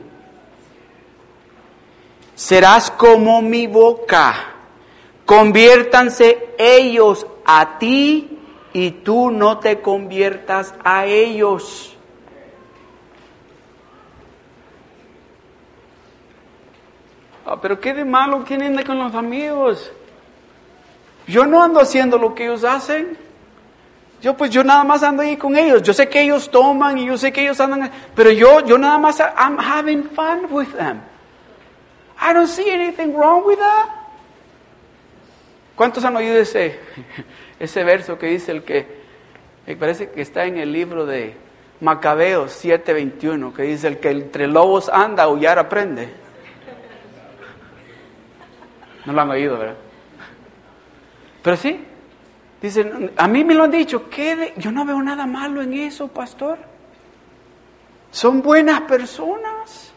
serás como mi boca. Conviértanse ellos a ti y tú no te conviertas a ellos. Ah, pero qué de malo, ¿quién anda con los amigos? Yo no ando haciendo lo que ellos hacen. Yo pues yo nada más ando ahí con ellos. Yo sé que ellos toman y yo sé que ellos andan, pero yo yo nada más I'm having fun with them. I don't see anything wrong with that. ¿Cuántos han oído ese ese verso que dice el que me parece que está en el libro de Macabeos siete veintiuno, que dice el que entre lobos anda, aullar aprende? No lo han oído, ¿verdad? Pero sí, dicen, a mí me lo han dicho, ¿qué de? Yo no veo nada malo en eso, pastor. Son buenas personas.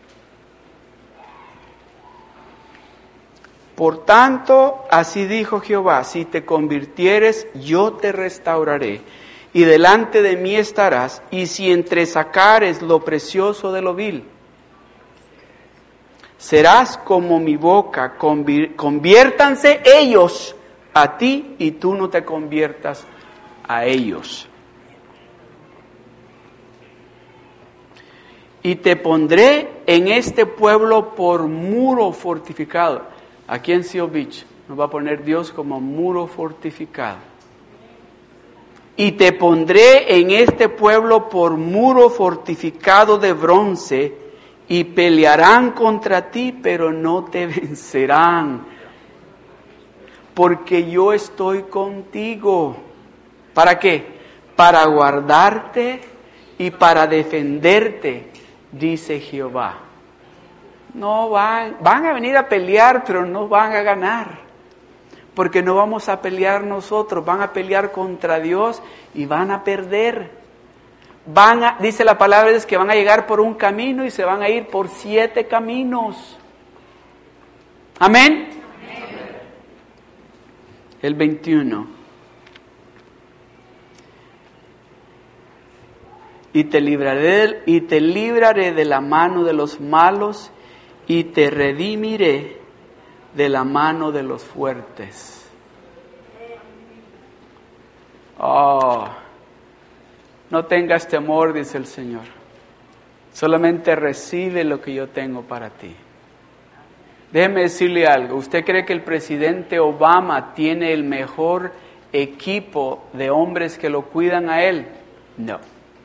Por tanto, así dijo Jehová, si te convirtieres, yo te restauraré, y delante de mí estarás, y si entresacares lo precioso de lo vil, serás como mi boca, conviértanse ellos a ti y tú no te conviertas a ellos. Y te pondré en este pueblo por muro fortificado. Aquí en Seal Beach nos va a poner Dios como muro fortificado. Y te pondré en este pueblo por muro fortificado de bronce, y pelearán contra ti, pero no te vencerán, porque yo estoy contigo. ¿Para qué? Para guardarte y para defenderte, dice Jehová. No van, van a venir a pelear, pero no van a ganar, porque no vamos a pelear nosotros, van a pelear contra Dios y van a perder. Van a, dice la palabra es que van a llegar por un camino y se van a ir por siete caminos. Amén. Amén. El veintiuno. Y te libraré, y te libraré de la mano de los malos y te redimiré de la mano de los fuertes. Oh, no tengas temor, dice el Señor. Solamente recibe lo que yo tengo para ti. Déjeme decirle algo. ¿Usted cree que el presidente Obama tiene el mejor equipo de hombres que lo cuidan a él? No.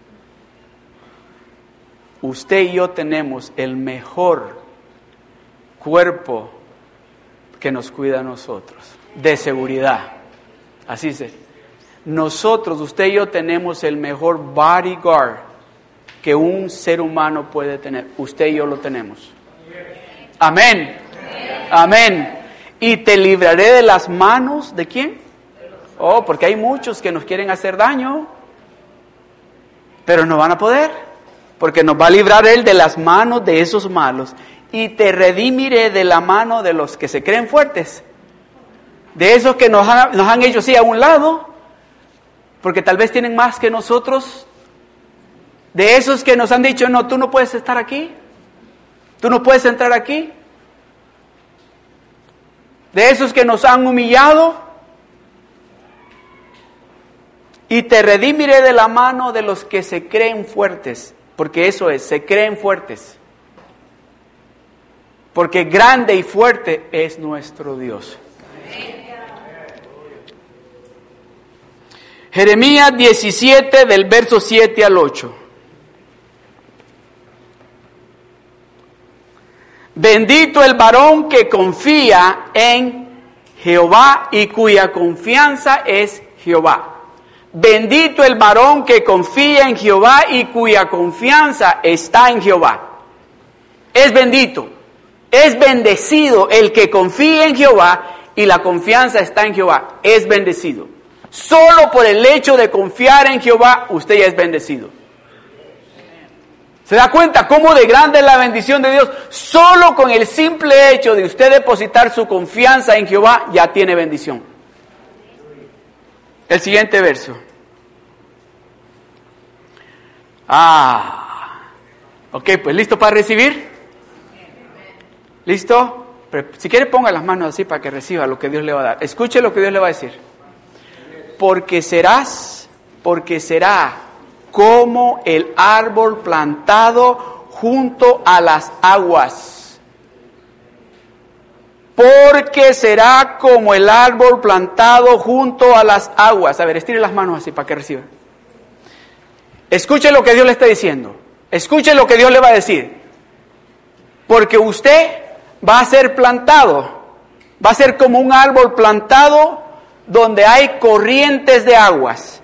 Usted y yo tenemos el mejor cuerpo que nos cuida a nosotros, de seguridad. Así se. Nosotros, usted y yo tenemos el mejor bodyguard que un ser humano puede tener. Usted y yo lo tenemos. Amén. Amén. Y te libraré de las manos ¿de quién? Oh, porque hay muchos que nos quieren hacer daño, pero no van a poder, porque nos va a librar Él de las manos de esos malos. Y te redimiré de la mano de los que se creen fuertes, de esos que nos han, nos han hecho así a un lado, porque tal vez tienen más que nosotros, de esos que nos han dicho, no, tú no puedes estar aquí, tú no puedes entrar aquí, de esos que nos han humillado. Y te redimiré de la mano de los que se creen fuertes, porque eso es, se creen fuertes. Porque grande y fuerte es nuestro Dios. Jeremías diecisiete, del verso siete al ocho. Bendito el varón que confía en Jehová y cuya confianza es Jehová. Bendito el varón que confía en Jehová y cuya confianza está en Jehová. Es bendito. Es bendecido el que confía en Jehová y la confianza está en Jehová. Es bendecido. Solo por el hecho de confiar en Jehová, usted ya es bendecido. ¿Se da cuenta cómo de grande es la bendición de Dios? Solo con el simple hecho de usted depositar su confianza en Jehová, ya tiene bendición. El siguiente verso. Ah, ok, pues listo para recibir. ¿Listo? Pero si quiere ponga las manos así para que reciba lo que Dios le va a dar. Escuche lo que Dios le va a decir. Porque serás, porque será como el árbol plantado junto a las aguas. Porque será como el árbol plantado junto a las aguas. A ver, estire las manos así para que reciba. Escuche lo que Dios le está diciendo. Escuche lo que Dios le va a decir. Porque usted va a ser plantado, va a ser como un árbol plantado donde hay corrientes de aguas.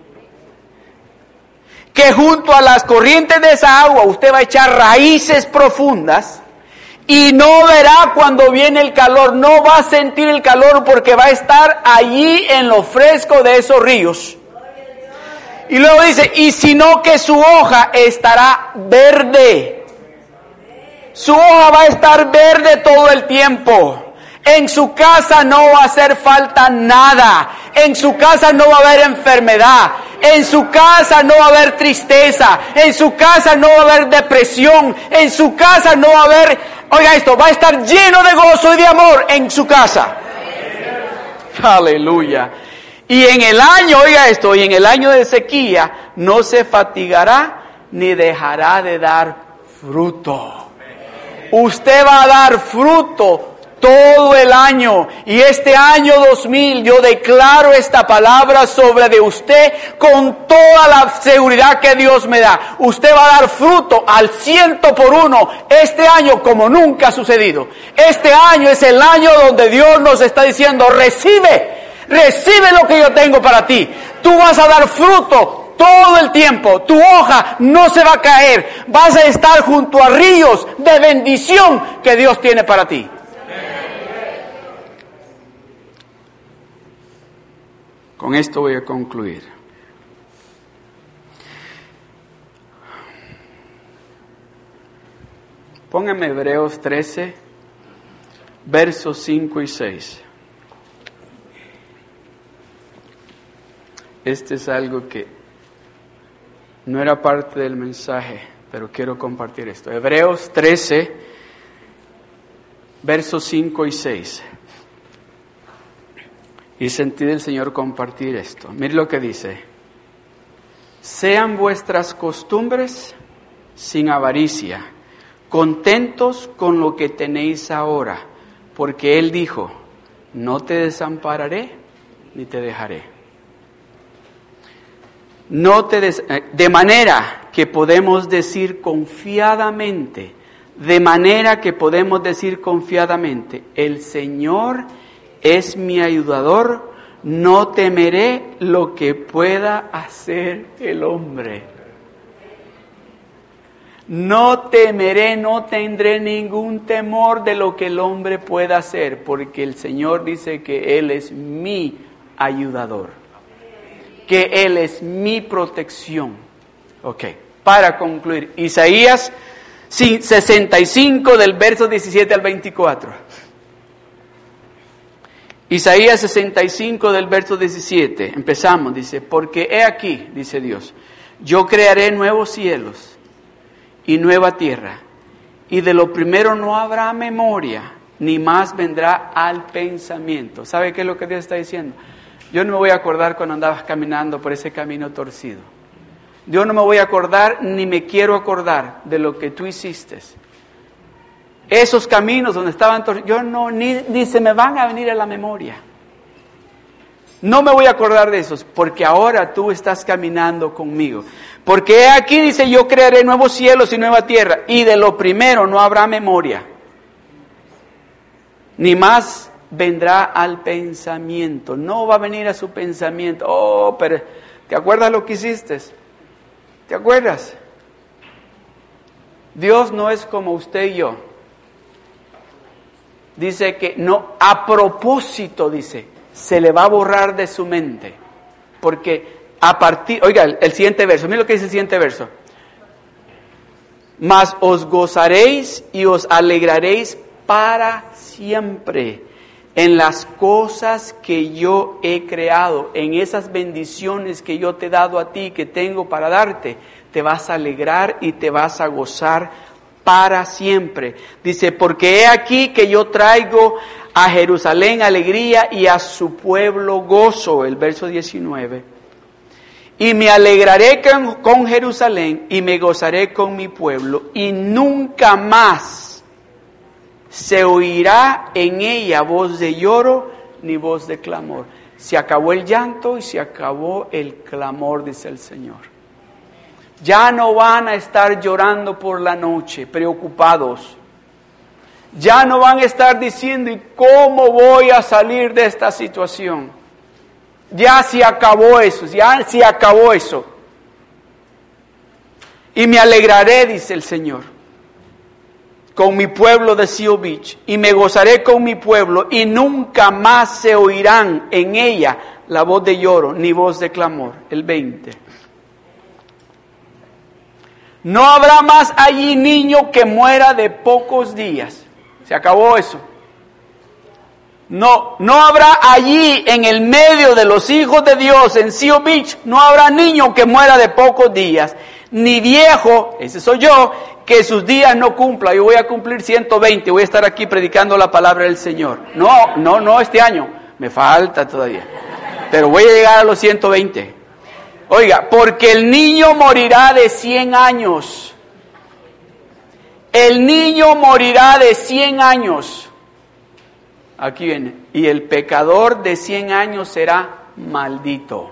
Que junto a las corrientes de esa agua usted va a echar raíces profundas y no verá cuando viene el calor, no va a sentir el calor porque va a estar allí en lo fresco de esos ríos. Y luego dice, y sino que su hoja estará verde. Su hoja va a estar verde todo el tiempo. En su casa no va a hacer falta nada. En su casa no va a haber enfermedad. En su casa no va a haber tristeza. En su casa no va a haber depresión. En su casa no va a haber, oiga esto, va a estar lleno de gozo y de amor en su casa. Aleluya. Y en el año, oiga esto, y en el año de sequía no se fatigará ni dejará de dar fruto. Usted va a dar fruto todo el año. Y este año dos mil yo declaro esta palabra sobre de usted con toda la seguridad que Dios me da. Usted va a dar fruto al ciento por uno este año como nunca ha sucedido. Este año es el año donde Dios nos está diciendo, recibe, recibe lo que yo tengo para ti. Tú vas a dar fruto todo el tiempo, tu hoja no se va a caer, vas a estar junto a ríos de bendición que Dios tiene para ti. Con esto voy a concluir. Póngame Hebreos trece, versos cinco y seis. Este es algo que no era parte del mensaje, pero quiero compartir esto. Hebreos trece, versos cinco y seis. y sentí del Señor compartir esto. Mire lo que dice. Sean vuestras costumbres sin avaricia, contentos con lo que tenéis ahora, porque Él dijo, no te desampararé ni te dejaré. No te des- de manera que podemos decir confiadamente, de manera que podemos decir confiadamente, el Señor es mi ayudador, no temeré lo que pueda hacer el hombre. No temeré, no tendré ningún temor de lo que el hombre pueda hacer, porque el Señor dice que Él es mi ayudador, que Él es mi protección. Ok, para concluir, Isaías sesenta y cinco del verso diecisiete al veinticuatro. Isaías sesenta y cinco del verso diecisiete, empezamos, dice, porque he aquí, dice Dios, yo crearé nuevos cielos y nueva tierra, y de lo primero no habrá memoria, ni más vendrá al pensamiento. ¿Sabe qué es lo que Dios está diciendo? Yo no me voy a acordar cuando andabas caminando por ese camino torcido. Yo no me voy a acordar, ni me quiero acordar de lo que tú hiciste. Esos caminos donde estaban torcidos, yo no, ni, ni se me van a venir a la memoria. No me voy a acordar de esos, porque ahora tú estás caminando conmigo. Porque aquí dice, yo crearé nuevos cielos y nueva tierra, y de lo primero no habrá memoria, ni más vendrá al pensamiento. No va a venir a su pensamiento. Oh, pero ¿te acuerdas lo que hiciste? ¿Te acuerdas? Dios no es como usted y yo. Dice que no, a propósito, dice, se le va a borrar de su mente. Porque a partir, oiga, el, el siguiente verso, mira lo que dice el siguiente verso. Mas os gozaréis y os alegraréis para siempre en las cosas que yo he creado, en esas bendiciones que yo te he dado a ti, que tengo para darte, te vas a alegrar y te vas a gozar para siempre. Dice, porque he aquí que yo traigo a Jerusalén alegría y a su pueblo gozo, el verso diecinueve. Y me alegraré con, con Jerusalén y me gozaré con mi pueblo, y nunca más se oirá en ella voz de lloro ni voz de clamor. Se acabó el llanto y se acabó el clamor, dice el Señor. Ya no van a estar llorando por la noche, preocupados. Ya no van a estar diciendo, ¿y cómo voy a salir de esta situación? Ya se acabó eso, ya se acabó eso. Y me alegraré, dice el Señor, con mi pueblo de Seal Beach, y me gozaré con mi pueblo, y nunca más se oirán en ella la voz de lloro, ni voz de clamor. El veinte. No habrá más allí niño que muera de pocos días. Se acabó eso. No, no habrá allí en el medio de los hijos de Dios en Seal Beach, no habrá niño que muera de pocos días, ni viejo, ese soy yo, que sus días no cumpla. Yo voy a cumplir ciento veinte, voy a estar aquí predicando la palabra del Señor. No, no, no este año, me falta todavía, pero voy a llegar a los ciento veinte. Oiga, porque el niño morirá de cien años. El niño morirá de cien años. Aquí viene. Y el pecador de cien años será maldito.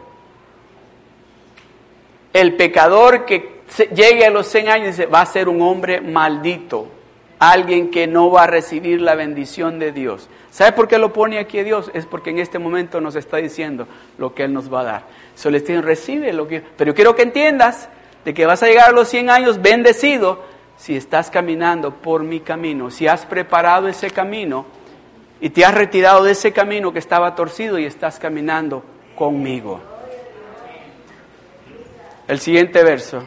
El pecador que llegue a los cien años dice, va a ser un hombre maldito. Alguien que no va a recibir la bendición de Dios. ¿Sabe por qué lo pone aquí Dios? Es porque en este momento nos está diciendo lo que Él nos va a dar. Solo les digo, recibe lo que... Pero yo quiero que entiendas de que vas a llegar a los cien años bendecido si estás caminando por mi camino. Si has preparado ese camino y te has retirado de ese camino que estaba torcido y estás caminando conmigo. El siguiente verso.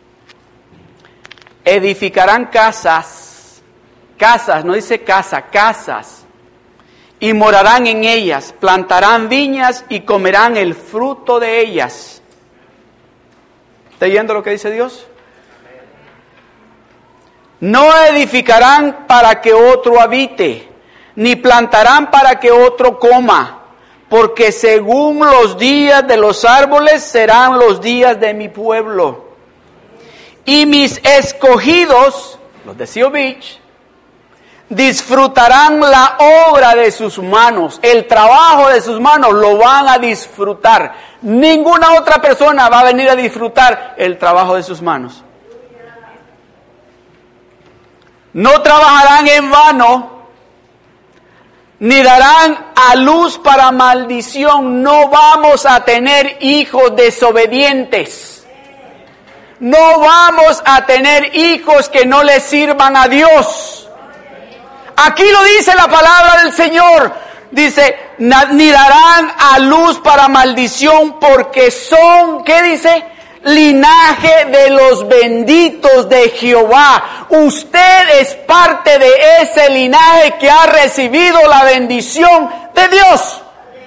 Edificarán casas, casas, no dice casa, casas, y morarán en ellas, plantarán viñas y comerán el fruto de ellas. ¿Está oyendo lo que dice Dios? No edificarán para que otro habite, ni plantarán para que otro coma, porque según los días de los árboles serán los días de mi pueblo. Y mis escogidos, los de Seal Beach, disfrutarán la obra de sus manos, el trabajo de sus manos lo van a disfrutar. Ninguna otra persona va a venir a disfrutar el trabajo de sus manos. No trabajarán en vano, ni darán a luz para maldición. No vamos a tener hijos desobedientes. No vamos a tener hijos que no le sirvan a Dios. Aquí lo dice la palabra del Señor. Dice, ni darán a luz para maldición porque son, ¿qué dice? Linaje de los benditos de Jehová. Usted es parte de ese linaje que ha recibido la bendición de Dios.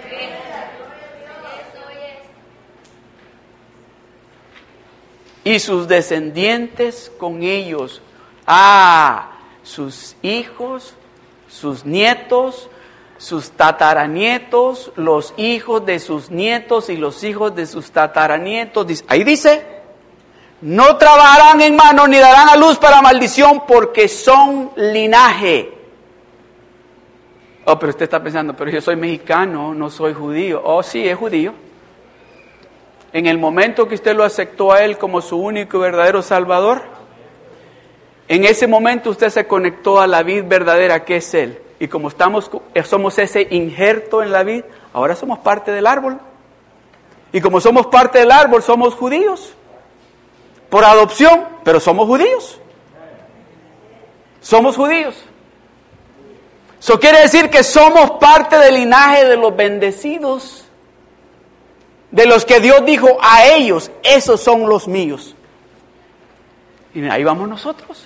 Y sus descendientes con ellos. Ah, sus hijos, sus nietos, sus tataranietos, los hijos de sus nietos y los hijos de sus tataranietos. Ahí dice, no trabajarán en mano ni darán a luz para maldición porque son linaje. Oh, pero usted está pensando, pero yo soy mexicano, no soy judío. Oh, sí, es judío. En el momento que usted lo aceptó a Él como su único y verdadero Salvador, en ese momento usted se conectó a la vid verdadera que es Él. Y como estamos, somos ese injerto en la vid, ahora somos parte del árbol. Y como somos parte del árbol, somos judíos. Por adopción, pero somos judíos. Somos judíos. Eso quiere decir que somos parte del linaje de los bendecidos. De los que Dios dijo a ellos, esos son los míos. Y ahí vamos nosotros.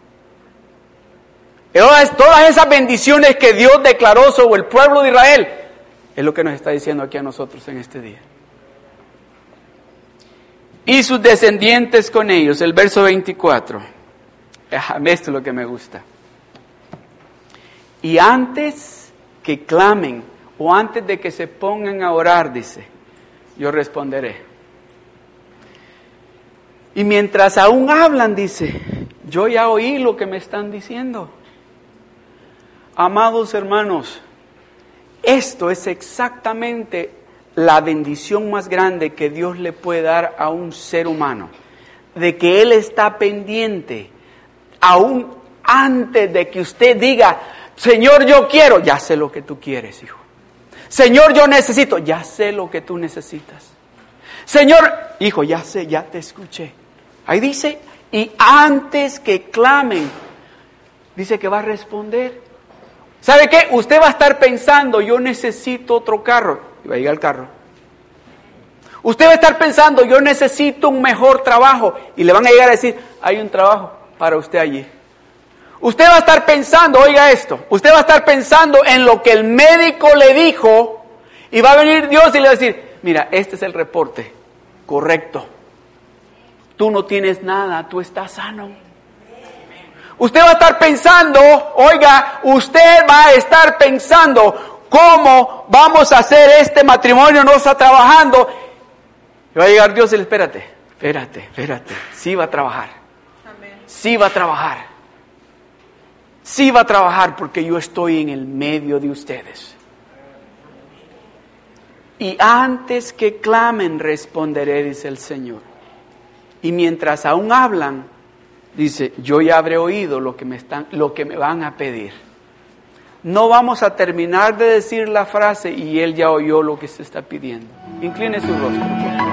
Todas esas bendiciones que Dios declaró sobre el pueblo de Israel, es lo que nos está diciendo aquí a nosotros en este día. Y sus descendientes con ellos, el verso veinticuatro. Esto es lo que me gusta. Y antes que clamen, o antes de que se pongan a orar, dice, yo responderé. Y mientras aún hablan, dice, yo ya oí lo que me están diciendo. Amados hermanos, esto es exactamente la bendición más grande que Dios le puede dar a un ser humano. De que Él está pendiente, aún antes de que usted diga, Señor, yo quiero, ya sé lo que tú quieres, hijo. Señor, yo necesito, ya sé lo que tú necesitas. Señor, hijo, ya sé, ya te escuché. Ahí dice, y antes que clamen, dice que va a responder. ¿Sabe qué? Usted va a estar pensando, yo necesito otro carro. Y va a llegar el carro. Usted va a estar pensando, yo necesito un mejor trabajo. Y le van a llegar a decir, hay un trabajo para usted allí. Usted va a estar pensando, oiga esto, usted va a estar pensando en lo que el médico le dijo. Y va a venir Dios y le va a decir, mira, este es el reporte, correcto. Tú no tienes nada, tú estás sano. Usted va a estar pensando, oiga, usted va a estar pensando cómo vamos a hacer este matrimonio, no está trabajando. Y va a llegar Dios y le espérate, espérate, espérate, sí va a trabajar. Sí va a trabajar. Sí va a trabajar porque yo estoy en el medio de ustedes. Y antes que clamen responderé, dice el Señor. Y mientras aún hablan, dice, yo ya habré oído lo que me están, lo que me van a pedir. No vamos a terminar de decir la frase y Él ya oyó lo que se está pidiendo. Incline su rostro, por favor.